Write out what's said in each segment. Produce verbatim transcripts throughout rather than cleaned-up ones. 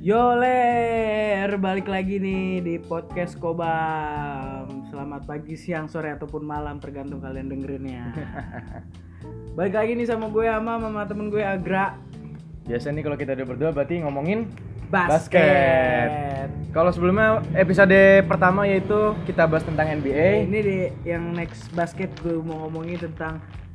Yoler, balik lagi nih di podcast Kobam. Selamat pagi, siang, sore ataupun malam tergantung kalian dengerinnya. Balik lagi nih sama gue Ama, sama temen gue Agra. Biasa nih kalau kita udah berdua berarti ngomongin Basket. basket. Kalau sebelumnya episode pertama yaitu kita bahas tentang N B A. Ini di yang next basket gue mau ngomongin tentang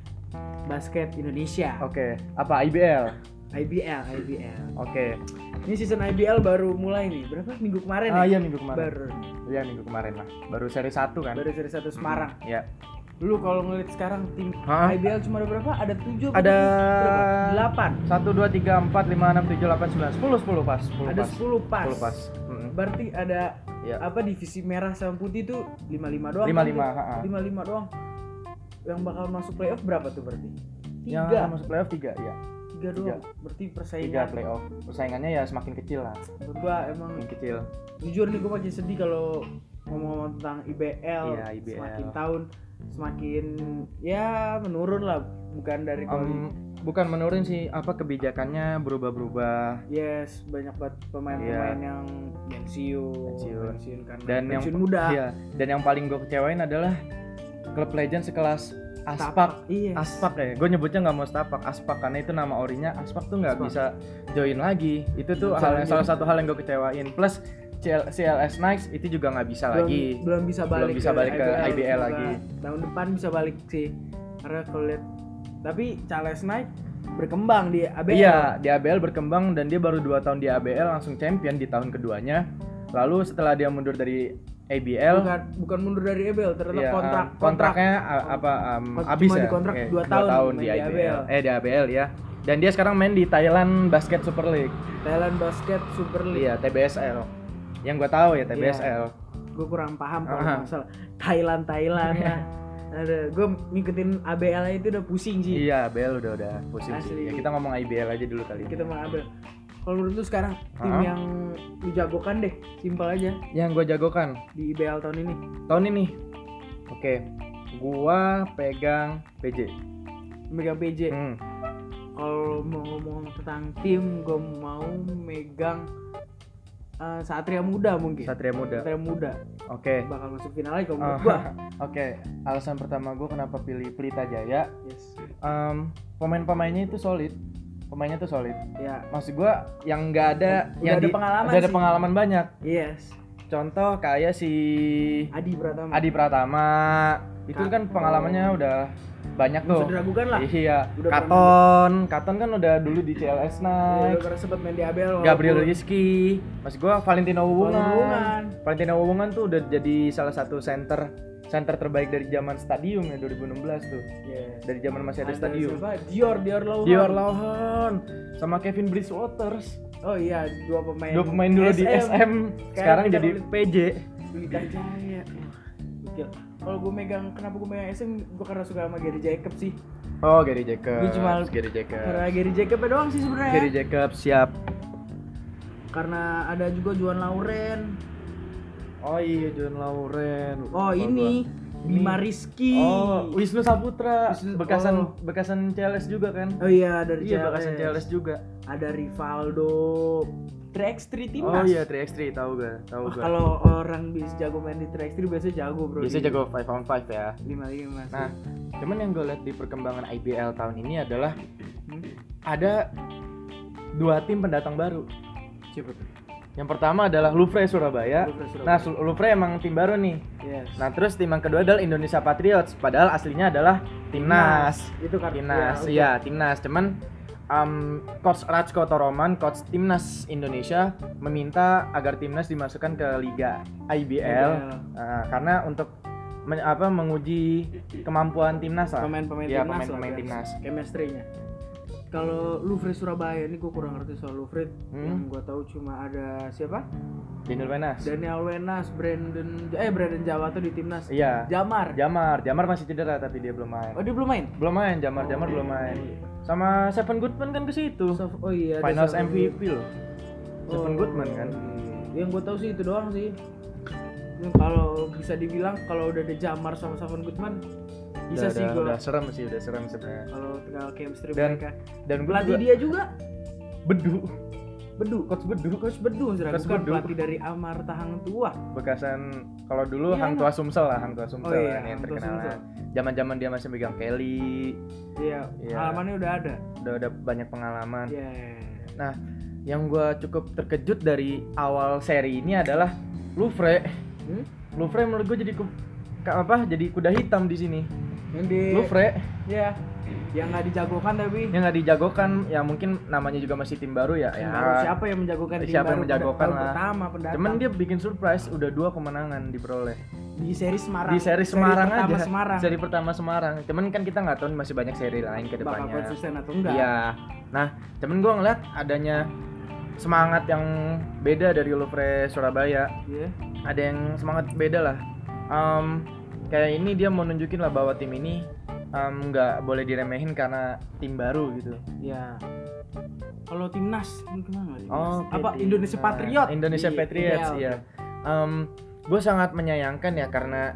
basket Indonesia. Oke, apa I B L? I B L, I B L. Oke. Ini season I B L baru mulai nih. Berapa minggu kemarin Ah ya? iya minggu kemarin. Baru. Iya minggu kemarin lah. Baru seri satu kan? Baru seri satu Semarang. Iya. Lu kalau ngeliat sekarang tim Hah? I B L cuma ada berapa? Ada tujuh Ada delapan. satu, dua, tiga, empat, lima, enam, tujuh, delapan, sembilan, sepuluh, sepuluh pas. sepuluh Ada pas. sepuluh pas. sepuluh pas. Mm-mm. Berarti ada Iya. apa divisi merah sama putih tuh lima lima doang. lima lima, ha-ha. lima lima doang. Yang bakal masuk playoff berapa tuh berarti? Yang Tiga. masuk playoff tiga, ya. Tiga doang. Berarti Tiga persaingan. playoff. Persaingannya ya semakin kecil lah. Menurut gua emang Semakin kecil. jujur nih gua makin sedih kalau ngomong-ngomong tentang I B L. Iya, I B L. Semakin tahun semakin ya menurun lah, bukan dari Um, bukan menurun sih, apa kebijakannya berubah-berubah. yes, banyak banget pemain-pemain Iya. yang pensiun, Pensiun. pensiun karena Dan yang pensiun muda. Iya, dan yang paling gue kecewain adalah klub legend sekelas Aspak. Iya. Aspak ya, gue nyebutnya nggak mau Stapak, Aspak karena itu nama orinya. Aspak tuh nggak Aspak. bisa join lagi. Itu tuh Bisa hal lagi. salah satu hal yang gue kecewain. Plus C L- C L S Knights itu juga nggak bisa belum, lagi. belum bisa balik Belum bisa balik ke I B L semoga lagi. tahun depan bisa balik sih, karena kalau lihat tapi Charles Knight berkembang di A B L. Iya, di A B L berkembang dan dia baru dua tahun di A B L langsung champion di tahun keduanya. Lalu setelah dia mundur dari A B L, bukan bukan mundur dari A B L, ternyata iya, kontrak um, kontraknya a- apa um, Cuma habis ya? dikontrak Oke, dua dua tahun tahun main di di I B L. A B L. Eh di A B L ya. Dan dia sekarang main di Thailand Basket Super League. Thailand Basket Super League. Iya, T B S L. Yang gue tahu ya T B S L. Gue kurang paham kalau Aha. masalah Thailand Thailand lah. Ada, gue ngikutin A B L itu udah pusing sih. Iya, A B L udah udah pusing Asli. sih. Ya, kita ngomong I B L aja dulu kali. Kita mau A B L. Kalau menurut lu sekarang tim Aha. yang lu jagokan deh, simpel aja Yang gue jagokan di I B L tahun ini. tahun ini. Oke. Gua pegang P J. Megang P J. Hmm. Kalau mau ngomong tentang tim, gue mau megang uh, Satria Muda mungkin. Satria Muda. Satria Muda Oke. bakal masuk final lagi kalau menurut Oh, gua. Oke, alasan pertama gue kenapa pilih Pelita Jaya, Yes. um, pemain-pemainnya itu solid, pemainnya tuh solid. Ya. Maksud gue yang nggak ada, Udah yang ada pengalaman udah ada sih. pengalaman banyak. Yes. Contoh kayak si Adi Pratama. Adi Pratama, itu Ka- kan pengalamannya udah banyak Nggak tuh. usah diragukan lah. Iya, Udah Katon, Katon kan udah dulu di C L S Ya, Knights. udah pernah sempet main di A B L. Gabriel walaupun- Rizky, maksud gue Valentino Hubungan. Hubungan. Valentino Hubungan tuh udah jadi salah satu center center terbaik dari zaman stadium ya dua ribu enam belas tuh. Yes. Dari zaman masih ada, stadium. Siapa? Dior, Dior Lawhan. Dior Lawhan sama Kevin Bridgewaters. Oh iya, dua pemain. Dua pemain dulu di S M, sekarang kita jadi beli- P J. Pelita Jaya. Wah, gokil. Kalau gue megang, kenapa gue megang S M? Gue karena suka sama Gary Jacob sih. Oh, Gary Jacobs. Gue cuma Gary Jacobs. karena Gary Jacob doang sih sebenarnya. Gary Jacobs siap. Karena ada juga Juan Lauren. Oh iya, John Lauren. Oh Lupa ini gua. Bima Ini. Rizky. Oh, Wisnu Saputra. Wisnu- Bekasan oh. bekasan C L S juga kan? Oh iya, dari Iya, C L S. bekasan C L S juga. Ada Rivaldo. tiga by tiga timnas. Oh iya, tiga by tiga tahu gak? Tahu Wah, gak? kalau orang bisa jago main di tiga by tiga biasanya jago, Bro. Biasanya jago lima on lima ya. lima lima. Nah, cuman yang gue lihat di perkembangan I B L tahun ini adalah Hmm? ada dua tim pendatang baru. Siapa tuh? Yang pertama adalah Louvre Surabaya. Louvre Surabaya. Nah, Su- Louvre emang tim baru nih. Yes. Nah, terus tim yang kedua adalah Indonesia Patriots. Padahal aslinya adalah Timnas. Itu kan Timnas, ya, iya, Timnas. Cuman um, coach Ratko Toroman, coach Timnas Indonesia meminta agar Timnas dimasukkan ke Liga I B L, I B L. uh, karena untuk men- apa menguji kemampuan Timnas lah. pemain-pemain Iya, timnas pemain-pemain lah, Timnas. chemistry-nya. Kalau Louvre Surabaya ini gue kurang ngerti soal Louvre. Hmm. Yang gue tahu cuma ada siapa? Daniel Wenas. Daniel Wenas, Brandon eh Brandon Jawa tuh di timnas. Iya. Jamar. Jamar, Jamar masih cedera tapi dia belum main. Oh dia belum main. Belum main, Jamar, Jamar belum main. Sama Seven Goodman kan ke situ. So- oh iya. ada Finals Seven M V P loh. Seven Oh, Goodman kan. Yang gue tahu sih itu doang sih. Yang kalau bisa dibilang kalau udah ada Jamar sama Seven Goodman bisa Udah- sih udah- gue. Udah serem sih, udah serem sebenarnya. Kalau tinggal chemistry Dan- mereka. Dan gue Pelatih juga dia juga. Bedu. Bedu. Coach Bedu, Coach Bedu, Zra. Coach Bukan Bedu. pelatih dari Amarta Hang Tua. Bekasan kalau dulu Iya, Hang Tua Sumsel lah, Hang Tua Sumsel Oh iya, kan yang Hang Tua terkenal. Sumsel. Zaman-zaman dia masih megang Kelly, Iya, Iya. pengalamannya udah ada. udah ada banyak pengalaman. Iya. Nah, yang gua cukup terkejut dari awal seri ini adalah Louvre. Hmm? Louvre menurut gua jadi ku, ka- apa? Jadi kuda hitam di sini. Yang di Louvre Iya. Yang nggak dijagokan tapi yang nggak dijagokan, ya mungkin namanya juga masih tim baru ya. tim ya. baru. Siapa yang menjagokan tim Siapa yang baru menjagokan tahun lah. pertama pendatang. Cuman dia bikin surprise, udah dua kemenangan diperoleh di seri Semarang. di seri Semarang pertama aja. Semarang. Seri pertama Semarang. Cuman kan kita nggak tahu nih, masih banyak seri lain ke Bakal depannya. konsisten atau enggak? Iya. Nah, cuman gua ngeliat adanya semangat yang beda dari Louvre Surabaya. Iya. Ada yang semangat beda lah. Em, kayak ini dia mau nunjukin lah bahwa tim ini em, nggak boleh diremehin karena tim baru gitu. Iya. Kalau timnas ini gimana timnas? Oh, apa Indonesia Patriot? Indonesia Di Patriots, I P L. iya. Gue sangat menyayangkan ya karena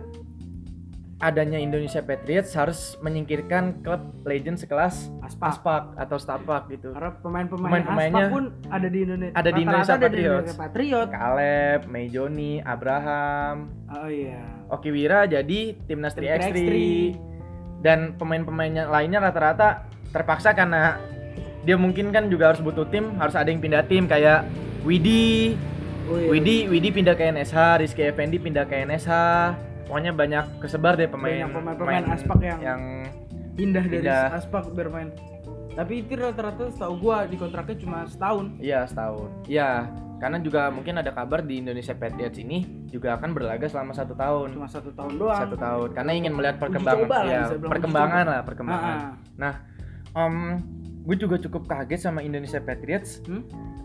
adanya Indonesia Patriots harus menyingkirkan klub legend sekelas Aspak. Aspak atau Stapak gitu. Karena pemain-pemain Pemain-pemainnya Aspak pun ada di Indonesia. ada di Indonesia Rata-rata ada di Patriots. Indonesia Patriot. Caleb, Mejoni, Abraham, Oh iya. Okiwira jadi timnas tiga tiga by by tiga, dan pemain-pemainnya lainnya rata-rata terpaksa karena dia mungkin kan juga harus butuh tim, harus ada yang pindah tim kayak Widi, Oh, iya. Widi, Widi pindah ke N S H, Rizky Effendi pindah ke N S H. Pokoknya banyak kesebar deh pemain Banyak pemain-pemain Aspak yang- yang pindah dari pindah. Aspak bermain. Tapi itu rata-rata setahu gua di kontraknya cuma setahun. iya setahun. Iya, karena juga mungkin ada kabar di Indonesia Patriots ini juga akan berlaga selama satu tahun. Cuma satu tahun doang. Satu tahun. Karena ingin melihat Uji perkembangan, coba lah, ya, bisa bilang perkembangan uji lah, perkembangan. Ah, ah. Nah, om, gue juga cukup kaget sama Indonesia Patriots. Hmm?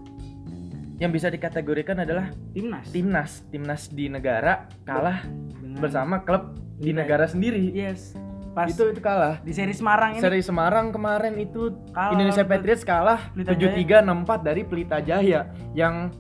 Yang bisa dikategorikan adalah Timnas. timnas, timnas di negara kalah Dengan- bersama klub di Iya. negara sendiri. Yes. Pas Itu itu kalah. di seri Semarang ini Seri Semarang kemarin itu Kalah Indonesia lawan Patriots kalah Pelita tujuh tiga enam empat dari Pelita Jaya yang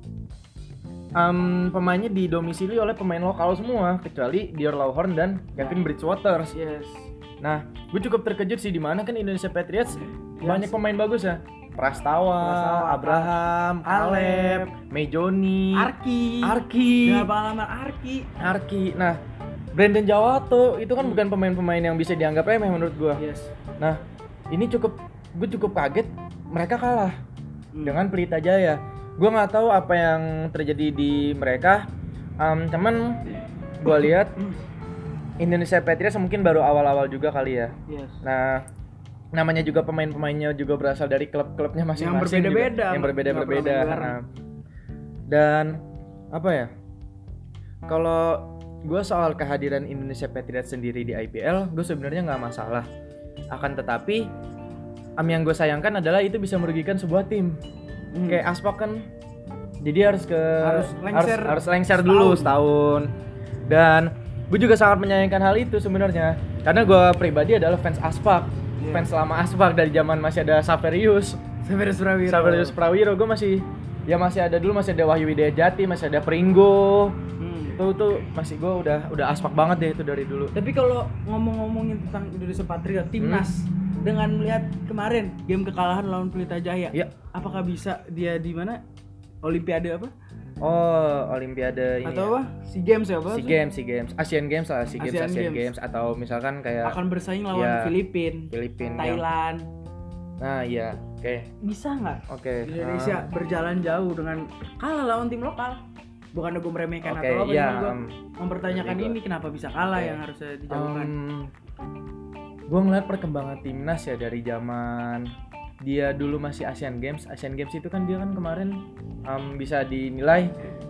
em, pemainnya didomisili oleh pemain lokal semua kecuali Dior Lawhorn dan Kevin Bridgewater. yes. Nah, gue cukup terkejut sih di mana kan Indonesia Patriots Yes. banyak pemain bagus ya. Prastawa, Prastawa, Abraham, Caleb, Mejoni, Arki. Arki, Dengan pengalaman Arki. Arki. Nah, Brandon Jawato itu kan bukan pemain-pemain yang bisa dianggap remeh menurut gua. Yes. Nah, ini cukup gue cukup kaget mereka kalah Hmm. dengan Pelita Jaya. Gua nggak tahu apa yang terjadi di mereka. Um, cuman gua lihat Indonesia Patriots mungkin baru awal-awal juga kali ya. Yes. Nah, namanya juga pemain-pemainnya juga berasal dari klub-klubnya masing-masing juga. berbeda-beda, yang berbeda-berbeda. nggak pernah main Nah, dan apa ya? Kalau gue soal kehadiran Indonesia Patriots sendiri di I P L, gue sebenarnya nggak masalah. Akan tetapi, am yang gue sayangkan adalah itu bisa merugikan sebuah tim. Hmm. Kayak Aspak kan, jadi harus ke Harus lengser harus, harus lengser dulu setahun. Dan gue juga sangat menyayangkan hal itu sebenarnya, karena gue pribadi adalah fans Aspak. Iya. Fans lama Aspak dari zaman masih ada Saverius, Saverius Prawiro. Saverius Prawiro, gue masih ya masih ada dulu, masih ada Wahyu Widya Jati, masih ada Pringgo. Hmm. Itu tuh masih gue udah udah Aspak banget deh itu dari dulu. Tapi kalau ngomong-ngomongin tentang Indonesia Patriot timnas Hmm. dengan melihat kemarin game kekalahan lawan Pelita Jaya, Iya. apakah bisa dia di mana? Olimpiade apa? Oh, Olimpiade ini. Atau ya. apa? SEA Games ya, apa? SEA Games, SEA Games, Asian Games lah, SEA Games, Asian Asian Games. Games, atau misalkan kayak Akan bersaing lawan Ya, Filipina, Filipina. yang- Thailand. Nah, iya. Oke. Bisa nggak Oke. Indonesia Ah, berjalan jauh dengan kalah lawan tim lokal? Bukan gue meremehkan Oke, atau apa, iya, cuma gue um, mempertanyakan ngerti ini gua. kenapa bisa kalah Oke. yang harusnya dijauhkan. gue ngeliat perkembangan timnas ya dari zaman dia dulu masih Asian Games. Asian Games itu kan dia kan kemarin um, bisa dinilai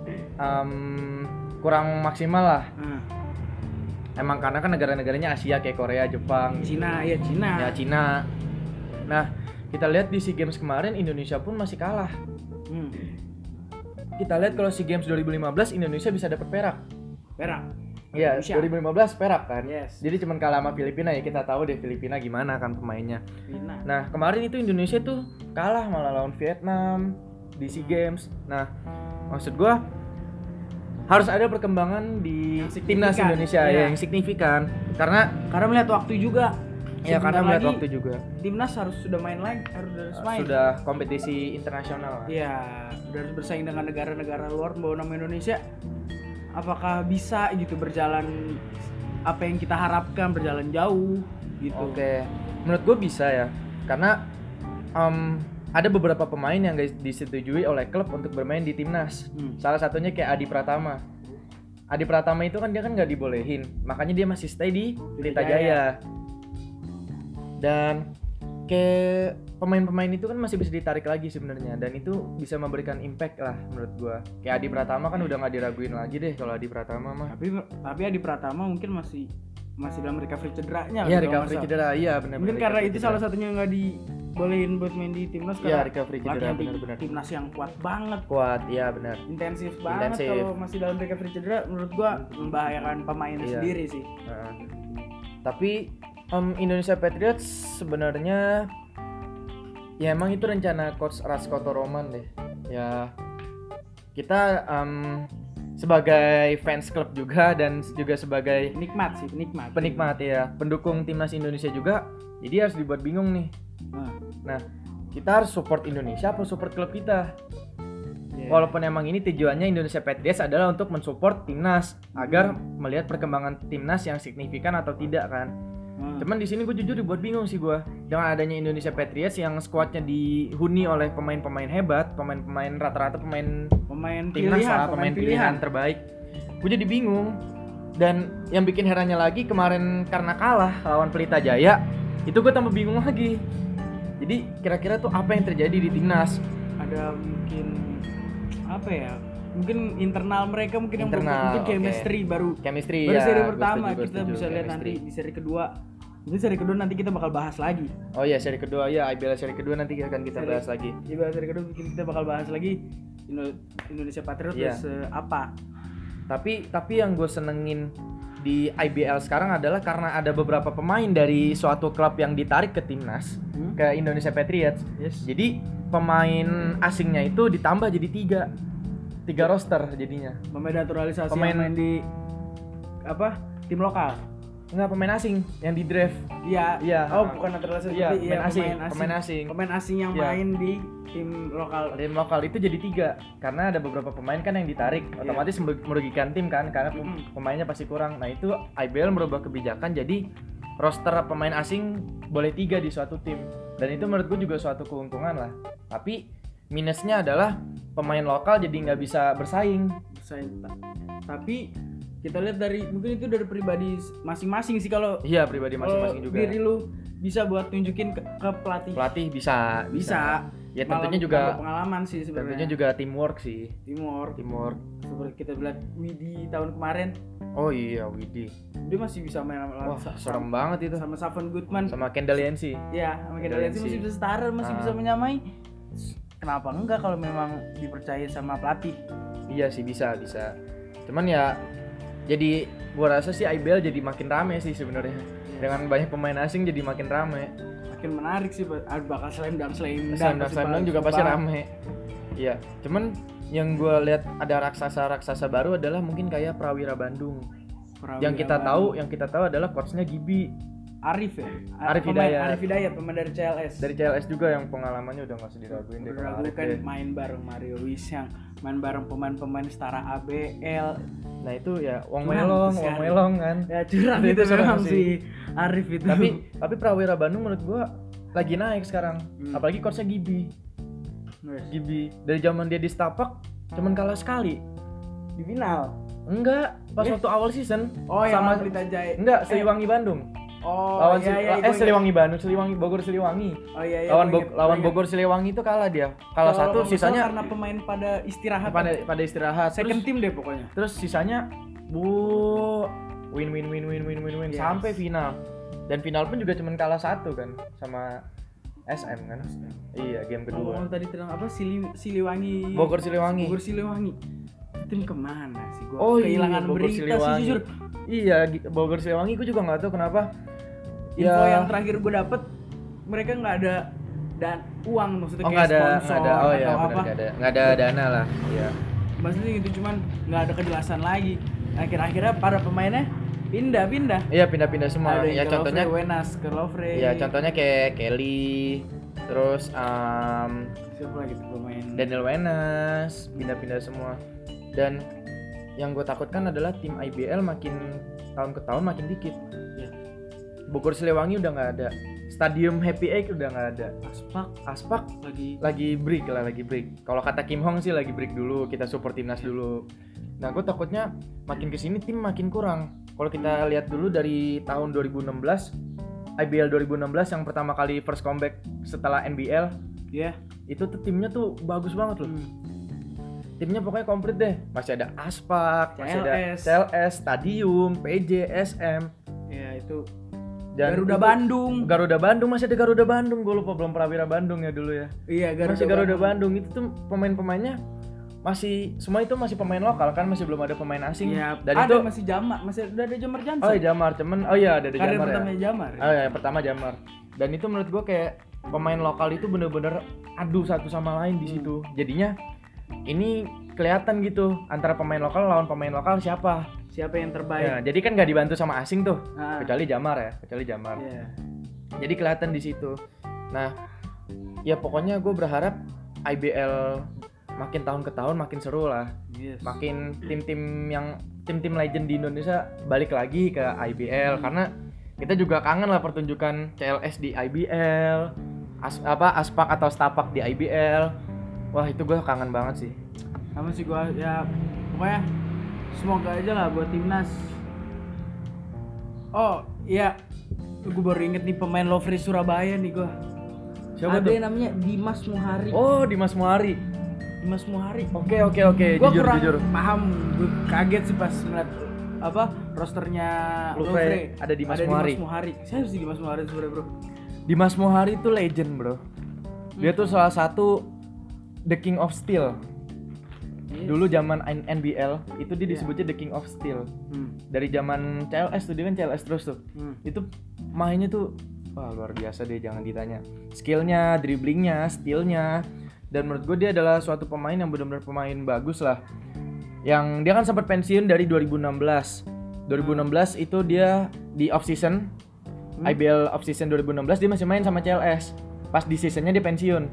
um, kurang maksimal lah. Nah, Emang karena kan negara-negaranya Asia kayak Korea, Jepang, Cina, ya Cina. ya Cina. Nah, kita lihat di SEA Games kemarin Indonesia pun masih kalah. Hmm. Kita lihat kalau SEA Games dua ribu lima belas Indonesia bisa dapet perak. Perak. Iya, Indonesia. dua ribu lima belas perak kan. Yes. Jadi cuman kalah sama Filipina ya, kita tahu deh Filipina gimana kan pemainnya. Cina. Nah, kemarin itu Indonesia tuh kalah malah lawan Vietnam di SEA Games. Nah, maksud gua harus ada perkembangan di Yang signifikan. timnas Indonesia Iya. ya, yang signifikan. Karena Karena melihat waktu juga. Ya karena sebentar melihat lagi waktu juga. timnas harus sudah main lagi, harus harus main. Sudah kompetisi internasional. Iya, udah harus bersaing dengan negara-negara luar membawa nama Indonesia. Apakah bisa gitu berjalan apa yang kita harapkan, berjalan jauh gitu. Oke, menurut gue bisa ya, karena um, ada beberapa pemain yang guys disetujui oleh klub untuk bermain di timnas. Hmm. Salah satunya kayak Adi Pratama. Adi Pratama itu kan dia kan nggak dibolehin, makanya dia masih stay di Pelita Jaya. Dan kayak pemain-pemain itu kan masih bisa ditarik lagi sebenarnya, dan itu bisa memberikan impact lah menurut gua. Kayak Adi Pratama kan udah nggak diraguin lagi deh kalau Adi Pratama mah. Tapi tapi Adi Pratama mungkin masih masih dalam recovery cederanya. Iya, recovery cedera, iya benar. Mungkin karena itu salah satunya nggak dibolehin buat main di timnas Iya, karena recovery cedera latihan di benar-benar. timnas yang kuat banget, Kuat, iya benar. intensif banget. Intensif. Kalau masih dalam recovery cedera, menurut gua membahayakan pemainnya Iya. sendiri sih. Nah, tapi um, Indonesia Patriots sebenarnya ya emang itu rencana coach Ratko Toroman deh. Ya kita um, sebagai fans klub juga dan juga sebagai Penikmat sih, penikmat. penikmat ya, pendukung timnas Indonesia juga. Jadi harus dibuat bingung nih. Nah, Nah, kita harus support Indonesia atau support klub kita? yeah. Walaupun emang ini tujuannya Indonesia Patriots adalah untuk mensupport timnas agar melihat perkembangan timnas yang signifikan atau tidak kan. Hmm. Cuman di sini gue jujur dibuat bingung sih gue dengan adanya Indonesia Patriots yang skuadnya dihuni oleh pemain-pemain hebat, pemain-pemain rata-rata pemain pemain timnas pilihan, lah, pemain pilihan terbaik. Gue jadi bingung. Dan yang bikin herannya lagi kemarin karena kalah lawan Pelita Jaya, itu gue tambah bingung lagi. Jadi kira-kira tuh apa yang terjadi di timnas? Ada mungkin apa ya? Mungkin internal mereka mungkin Internal, yang mungkin oke. chemistry baru Chemistry baru ya. seri gue pertama setuju, gue kita setuju, bisa lihat nanti chemistry. di seri kedua. Mungkin seri kedua nanti kita bakal bahas lagi. Oh iya, seri kedua ya, I B L seri kedua nanti akan kita Seri- bahas lagi. Di bahas seri kedua mungkin kita bakal bahas lagi Indo- Indonesia Patriots Iya. se- apa? Tapi tapi yang gue senengin di I B L sekarang adalah karena ada beberapa pemain dari suatu klub yang ditarik ke timnas, Hmm? ke Indonesia Patriots. Yes. Jadi pemain asingnya itu ditambah jadi tiga, tiga roster jadinya. Pemain naturalisasi Pemain- yang main di apa? Tim lokal. Enggak, pemain asing yang di draft. Iya. Iya. Oh, bukan naturalisasi. Iya, tapi pemain iya, asing, pemain asing. pemain asing. Pemain asing yang Iya. main di tim lokal. Tim lokal itu jadi tiga karena ada beberapa pemain kan yang ditarik, otomatis merugikan tim kan karena pem- Mm. pemainnya pasti kurang. Nah itu I B L merubah kebijakan jadi roster pemain asing boleh tiga di suatu tim, dan itu menurut gue juga suatu keuntungan lah. Tapi minusnya adalah pemain lokal jadi nggak bisa bersaing. Bersaing. Ta- Tapi kita lihat dari mungkin itu dari pribadi masing-masing sih kalau Iya, pribadi kalau masing-masing juga. diri lu bisa buat tunjukin ke, ke pelatih. Pelatih bisa, Bisa. Ya tentunya Malah juga nambah pengalaman sih sebenarnya. tentunya juga teamwork sih. Timur. Teamwork. Seperti kita lihat Widi tahun kemarin Oh iya, Widi. dia masih bisa main Wah, sama serem banget itu. sama Savan Goodman. Sama Kendall Yancy. Ya, sama kita lihat Kendall masih Yancy. bisa starter, masih Ah. bisa menyamai. Kenapa enggak kalau memang dipercaya sama pelatih? Iya sih, bisa, bisa. Cuman ya jadi gua rasa sih I B L jadi makin rame sih sebenarnya. Dengan banyak pemain asing jadi makin rame. Makin menarik sih, ah, bakal slam dunk slam dunk. Slam dunk pasti slam dunk bakal juga pasti banget. rame. Iya, cuman yang gua lihat ada raksasa-raksasa baru adalah mungkin kayak Prawira Bandung. Prawira yang kita Bandung. tahu, yang kita tahu adalah coachnya Gibi Arif ya. Arif Pemain- Hidayat. Arif Hidayat pemain dari C L S. dari C L S juga yang pengalamannya udah nggak usah diraguin deh. kalau Arif Kan deh. main bareng Mario Wisyang, main bareng pemain-pemain setara A B L. Nah itu ya Wong Curang Melong, sih, Wong Arif. Melong kan. Ya curang Itu itu curang memang sih. si Arif itu. tapi tapi Prawira Bandung menurut gua lagi naik sekarang. Hmm. Apalagi coachnya Gibi. Wes, Gibi dari zaman dia di Setapak cuman kalah sekali. di final. Enggak, pas Eh? waktu awal season. Oh, yang sama sama Pelita Jaya. enggak, Eh, Siliwangi Bandung. Oh, lawan iya, Sil- iya, eh gua ingat. Siliwangi Bandung, Siliwangi Bogor Siliwangi. Oh iya, iya. lawan gua Bog- ingat, lawan gua ingat. Bogor Siliwangi itu kalah dia. Kalah Kalau satu, nggak salah sisanya karena pemain pada istirahat. pada pada istirahat. second Terus, team deh pokoknya. terus sisanya bu win win win win win win win Yes. sampai final. Dan final pun juga cuman kalah satu kan sama S M kan. Iya, game kedua. Oh, tadi terang apa Sili, Siliwangi. Bogor Siliwangi. Bogor Siliwangi. Tim kemana sih gua? Oh Kehilangan iya, Bogor berita Siliwangi. sih jujur. Iya, gi- Bogor Siliwangi gue juga nggak tahu kenapa. Info Ya. yang terakhir gue dapet mereka nggak ada dan uang maksudnya Oh kayak nggak ada, sponsor nggak ada. Oh ya, atau benar apa. nggak ada, nggak ada dana lah. Iya. Maksudnya gitu cuman nggak ada kejelasan lagi. Akhir-akhirnya para pemainnya Pindah, pindah. Iya pindah-pindah semua. Ada yang Ya ke contohnya, Lovre, Wenas ke Lovre. ya contohnya kayak Kelly, terus um, Siapa lagi tuh pemain? Daniel Wenas pindah-pindah semua. Dan yang gue takutkan adalah tim I B L makin tahun ke tahun makin dikit. Ya. Bogor Siliwangi udah nggak ada, Stadium Happy Egg udah nggak ada, Aspak Aspak lagi. lagi break lah, lagi break. Kalau kata Kim Hong sih lagi break dulu, kita support timnas dulu. Nah, gue takutnya makin kesini tim makin kurang. Kalau kita lihat dulu dari tahun dua ribu enam belas, I B L dua ribu enam belas yang pertama kali first comeback setelah N B L, Ya. itu tuh timnya tuh bagus banget loh. Hmm. Timnya pokoknya komplit deh. Masih ada Aspak, masih ada C L S. C L S, Stadium, P J, S M. Ya itu. Dan Garuda itu- Bandung. Garuda Bandung, masih ada Garuda Bandung. Gue lupa belum Prawira Bandung ya dulu ya. Iya, Garuda Masih Garuda Bandung. Itu tuh pemain-pemainnya masih semua itu masih pemain lokal kan, masih belum ada pemain asing. Iya, Dan ada itu masih Jamar, masih udah ada Jamar Johnson. oh iya Jamar, cuman oh iya ada ada Karir Jamar ya. pertamanya Jamar. Oh iya, yang pertama Jamar. Dan itu menurut gue kayak pemain lokal itu bener-bener adu satu sama lain di Hmm. situ. Jadinya ini kelihatan gitu antara pemain lokal lawan pemain lokal siapa. Siapa yang terbaik? Ya, jadi kan nggak dibantu sama asing tuh, Ah, kecuali Jamar ya, kecuali Jamar. iya. Jadi kelihatan di situ. Nah, ya pokoknya gue berharap I B L makin tahun ke tahun makin seru lah. Yes. Makin tim-tim yang tim-tim legend di Indonesia balik lagi ke I B L, karena kita juga kangen lah pertunjukan C L S di I B L, as, apa Aspak atau Stapak di I B L. Wah, itu gue kangen banget sih. Sama sih gua ya pokoknya semoga aja lah buat timnas. Oh iya, gue baru inget nih pemain Lovre Surabaya nih gua. Siapa Ada tuh? yang namanya Dimas Muhari. Oh, Dimas Muhari. Dimas Muhari. Oke, oke, oke. Gua Jujur, kurang jujur. paham, gue kaget sih pas ngeliat apa rosternya Louvre, Louvre. ada Dimas ada Muhari. Dimas Muhari. Saya sih Dimas Muhari sebenarnya, Bro. Dimas Muhari itu legend, bro. Dia tuh salah satu The King of Steel. Yes. Dulu zaman N B L itu dia Iya. disebutnya The King of Steel. Hmm. Dari zaman C L S tuh, dia kan C L S terus tuh. Hmm. Itu mainnya tuh wah luar biasa deh, jangan ditanya. Skillnya, dribblingnya, stealnya, dan menurut gue dia adalah suatu pemain yang benar-benar pemain bagus lah. Yang dia kan sempat pensiun dari dua ribu enam belas. dua ribu enam belas itu dia di off season, Hmm. I B L off season dua ribu enam belas dia masih main sama C L S. Pas di seasonnya dia pensiun.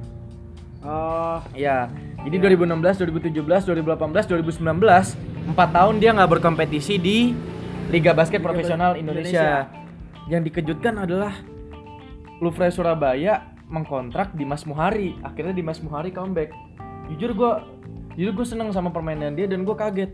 Oh, Iya. Jadi Ya. dua ribu enam belas, dua ribu tujuh belas, dua ribu delapan belas, dua ribu sembilan belas, empat tahun dia nggak berkompetisi di Liga Basket Liga Profesional Bas- Indonesia. Yang dikejutkan adalah Louvre Surabaya mengkontrak Dimas Muhari. Akhirnya Dimas Muhari comeback. Jujur gue, jujur gue seneng sama permainan dia dan gue kaget.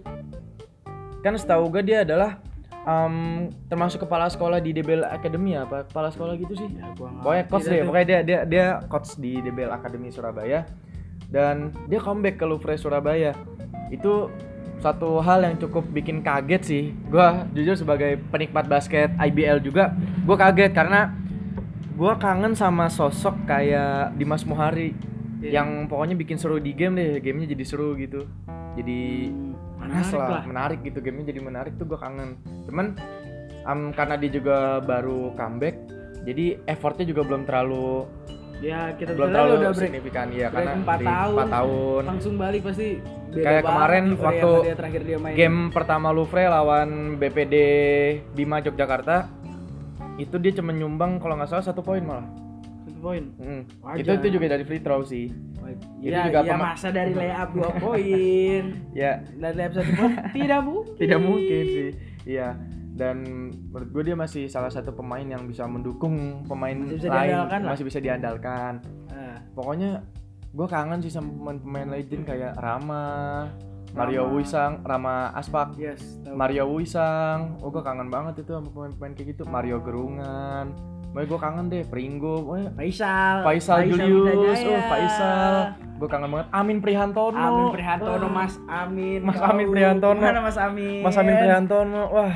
Kan setahu gue dia adalah um, termasuk kepala sekolah di D B L Academy apa? Kepala sekolah gitu sih. ya gua nggak Pokoknya ngerti coach dah deh, tuh. pokoknya dia dia dia coach di D B L Academy Surabaya dan dia comeback ke Louvre Surabaya. Itu satu hal yang cukup bikin kaget sih. Gua jujur sebagai penikmat basket I B L juga, gua kaget karena gua kangen sama sosok kayak Dimas Muhari Iya. yang pokoknya bikin seru di game deh, gamenya jadi seru gitu. Jadi panas Menarik lah, lah. menarik gitu, gamenya jadi menarik tuh gua kangen. Cuman um, karena dia juga baru comeback, jadi effortnya juga belum terlalu Ya kita belum bisa terlalu udah break, signifikan ya break karena empat di tahun, empat tahun. langsung balik pasti beda Kayak banget kemarin Louvre waktu sama dia terakhir dia main. Game pertama Louvre lawan B P D Bima Yogyakarta itu dia cuma nyumbang kalau nggak salah satu poin malah. Satu poin. Mm. Wajar. Itu itu juga dari free throw sih. Itu Ya, juga ya pema- masa dari layup dua poin. Ya Dari layup satu poin tidak mungkin. tidak mungkin sih. Iya. Dan menurut gue dia masih salah satu pemain yang bisa mendukung pemain Masih bisa lain, diandalkan lah. masih bisa diandalkan. Ah, Pokoknya gue kangen sih sama pemain-pemain legend kayak Rama, Mario Rama. Wisang, Rama Aspak, yes, tahu. Mario Wisang. Oh gue kangen banget itu sama pemain-pemain kayak gitu. Mario Gerungan. Pokoknya gue kangen deh, Pringgo. Pokoknya Faisal, Faisal Julius, Witajaya. oh Faisal. Gue kangen banget. Amin Prihantono. Amin Prihantono, Wah. Mas Amin. Mas Kau Amin Prihantono. Mana Mas Amin? Mas Amin Prihantono. Wah.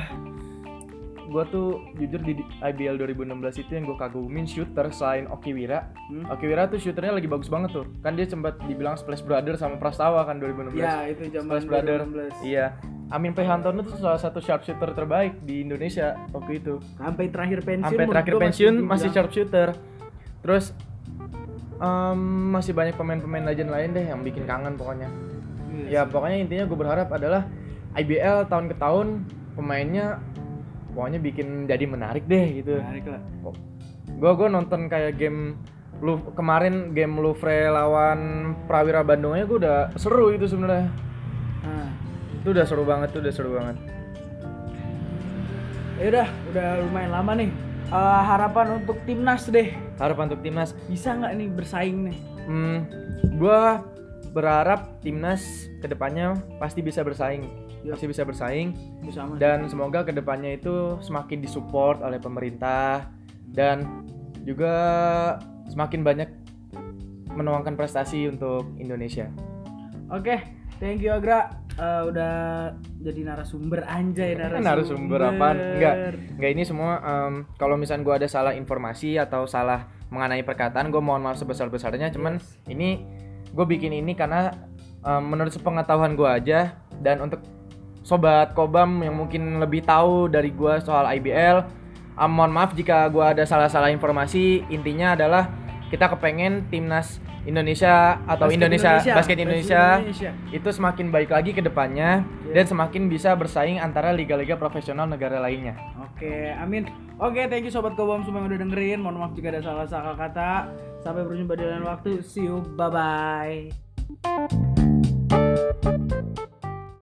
Gue tuh jujur di I B L dua ribu enam belas itu yang gue kagumin shooter selain Okiwira. Hmm? Okiwira tuh shooternya lagi bagus banget tuh. Kan dia sempat dibilang Splash Brother sama Prastawa kan dua ribu enam belas. Ya, itu zaman Splash Brother. dua ribu enam belas. Iya. Amin Prihantono tuh salah satu sharpshooter terbaik di Indonesia waktu itu. Sampai terakhir pensiun. Sampai menurut terakhir gua pensiun dibilang- masih sharpshooter. Terus em, masih banyak pemain-pemain legend lain deh yang bikin kangen pokoknya. Yes. Ya pokoknya intinya gue berharap adalah I B L tahun ke tahun pemainnya pokoknya bikin jadi menarik deh gitu. Menarik lah. Gue gue nonton kayak game lu kemarin game Louvre lawan Prawira Bandungnya gue udah seru itu sebenarnya. Nah, Itu udah seru banget, tuh udah seru banget. ya udah, udah lumayan lama nih. Eh, harapan untuk timnas deh. Harapan untuk timnas, Bisa nggak nih bersaing nih? hmm, gue berharap timnas kedepannya pasti bisa bersaing, Yup. pasti bisa bersaing. Bersama. Dan semoga kedepannya itu semakin disupport oleh pemerintah dan juga semakin banyak menuangkan prestasi untuk Indonesia. Oke, thank you Agra. Eh, udah jadi narasumber anjay narasumber. Narasumber apaan? Enggak, enggak ini semua em, kalau misalnya gue ada salah informasi atau salah mengenai perkataan, gue mohon maaf sebesar-besarnya. Cuman Yes. ini gue bikin ini karena em, menurut sepengetahuan gue aja, dan untuk sobat Kobam yang mungkin lebih tahu dari gue soal I B L, em, mohon maaf jika gue ada salah-salah informasi. Intinya adalah kita kepengen timnas Indonesia atau Basket Indonesia, Indonesia. basket Indonesia, Basket Indonesia. itu semakin baik lagi ke depannya, Yeah. dan semakin bisa bersaing antara liga-liga profesional negara lainnya. Oke, amin. Oke, thank you sobat Kobam semua yang udah dengerin. Mohon maaf jika ada salah-salah kata. Sampai berjumpa di lain waktu. See you. Bye bye.